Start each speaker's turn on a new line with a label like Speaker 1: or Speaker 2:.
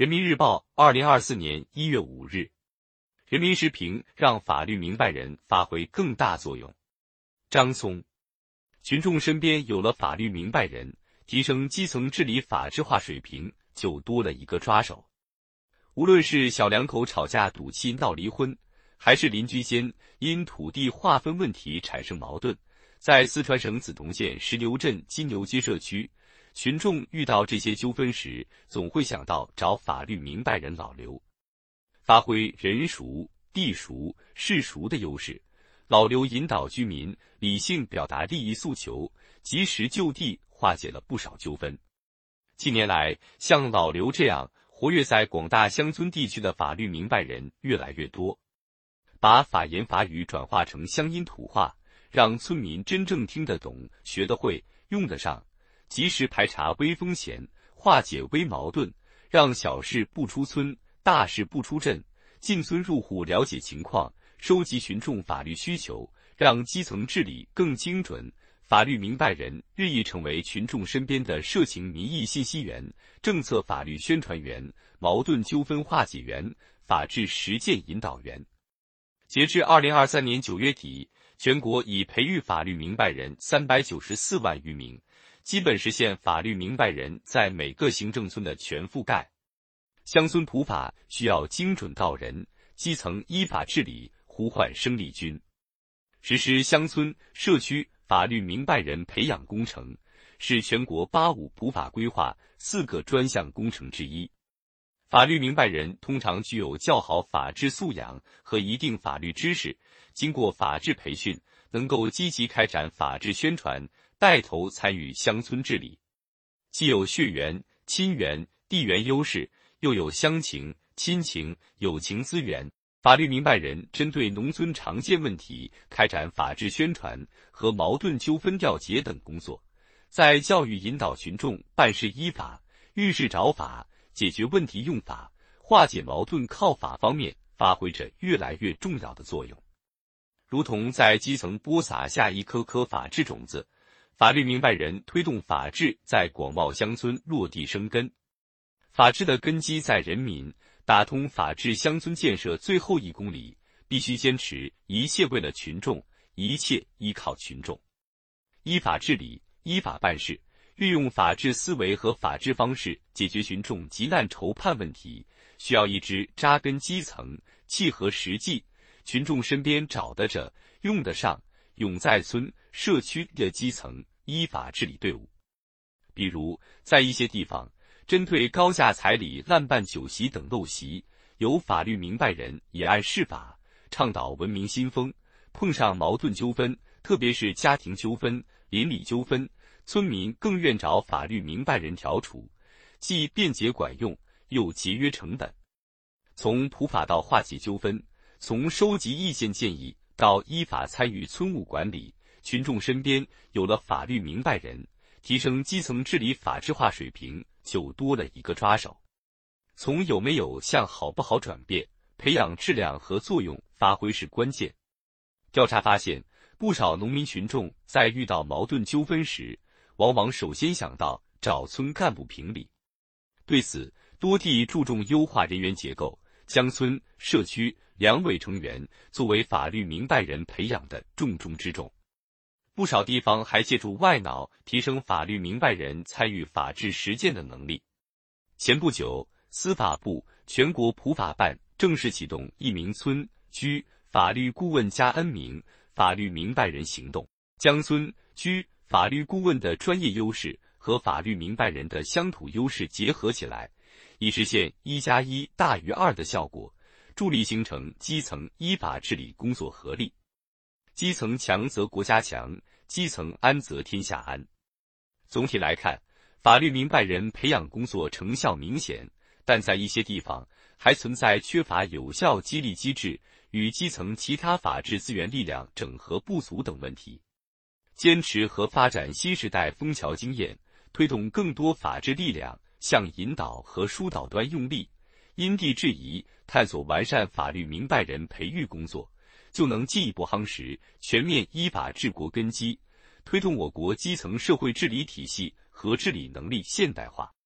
Speaker 1: 人民日报2024年1月5日，人民时评让法律明白人发挥更大作用。张松，群众身边有了法律明白人，提升基层治理法治化水平就多了一个抓手。无论是小两口吵架赌气闹离婚，还是邻居间因土地划分问题产生矛盾，在四川省梓潼县石牛镇金牛街社区，群众遇到这些纠纷时，总会想到找法律明白人老刘。发挥人熟、地熟、事熟的优势，老刘引导居民理性表达利益诉求，及时就地化解了不少纠纷。近年来，像老刘这样活跃在广大乡村地区的法律明白人越来越多，把法言法语转化成乡音土话，让村民真正听得懂、学得会、用得上，及时排查微风险，化解微矛盾，让小事不出村，大事不出镇，进村入户了解情况，收集群众法律需求，让基层治理更精准。法律明白人日益成为群众身边的社情民意信息源、政策法律宣传员、矛盾纠纷化解员、法治实践引导员。截至2023年9月底，全国已培育法律明白人394万余名，基本实现法律明白人在每个行政村的全覆盖。乡村普法需要精准到人，基层依法治理呼唤生力军。实施乡村社区法律明白人培养工程，是全国85普法规划4个专项工程之一。法律明白人通常具有较好法治素养和一定法律知识，经过法治培训，能够积极开展法治宣传，带头参与乡村治理。既有血缘、亲缘、地缘优势，又有乡情、亲情、友情资源。法律明白人针对农村常见问题开展法治宣传和矛盾纠纷调解等工作，在教育引导群众办事依法、遇事找法、解决问题用法、化解矛盾靠法方面发挥着越来越重要的作用。如同在基层播撒下一颗颗法治种子，法律明白人推动法治在广袤乡村落地生根。法治的根基在人民，打通法治乡村建设最后1公里，必须坚持一切为了群众，一切依靠群众。依法治理，依法办事，运用法治思维和法治方式解决群众急难愁盼问题，需要一支扎根基层、契合实际、群众身边找得着、用得上、永在村、社区的基层依法治理队伍。比如，在一些地方，针对高价彩礼、滥办酒席等陋习，有法律明白人也按释法，倡导文明新风。碰上矛盾纠纷，特别是家庭纠纷、邻里纠纷，村民更愿找法律明白人调处，既便捷管用，又节约成本。从普法到化解纠纷，从收集意见建议到依法参与村务管理，群众身边有了法律明白人，提升基层治理法治化水平就多了一个抓手。从有没有向好不好转变，培养质量和作用发挥是关键。调查发现，不少农民群众在遇到矛盾纠纷时，往往首先想到找村干部评理。对此，多地注重优化人员结构，将村、社区、两委成员作为法律明白人培养的重中之重。不少地方还借助外脑提升法律明白人参与法治实践的能力。前不久，司法部、全国普法办正式启动1名村居法律顾问加 N 名法律明白人行动，将村居法律顾问的专业优势和法律明白人的乡土优势结合起来，以实现1+1大于2的效果，助力形成基层依法治理工作合力。基层强则国家强，基层安则天下安。总体来看，法律明白人培养工作成效明显，但在一些地方还存在缺乏有效激励机制与基层其他法治资源力量整合不足等问题。坚持和发展新时代枫桥经验，推动更多法治力量向引导和疏导端用力，因地制宜探索完善法律明白人培育工作，就能进一步夯实全面依法治国根基，推动我国基层社会治理体系和治理能力现代化。